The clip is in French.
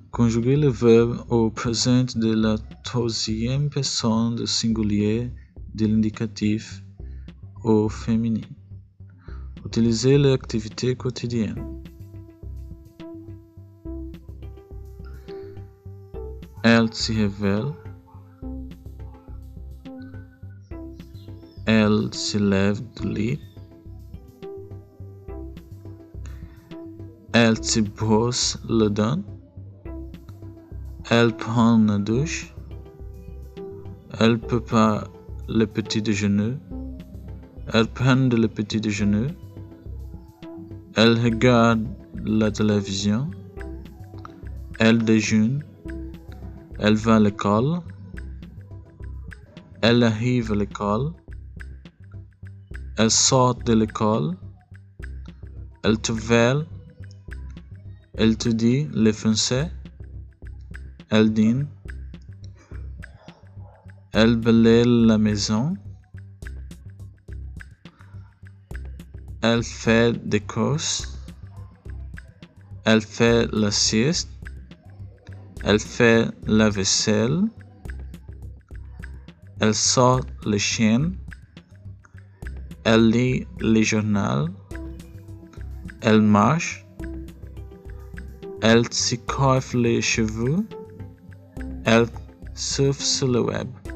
Conjuguer le verbe au présent de la troisième personne du singulier de l'indicatif au féminin. Utiliser l'activité quotidienne. Elle se réveille. Elle se lève du lit. Elle se brosse les dents. Elle prend une douche. Elle prépare le petit déjeuner. Elle prend le petit déjeuner. Elle regarde la télévision. Elle déjeune. Elle va à l'école. Elle arrive à l'école. Elle sort de l'école. Elle te verra. Elle te dit le français. Elle dîne. Elle balaye la maison. Elle fait des courses. Elle fait la sieste. Elle fait la vaisselle. Elle sort le chien. Elle lit le journal. Elle marche. Elle se coiffe les cheveux. Elle surfe sur le web.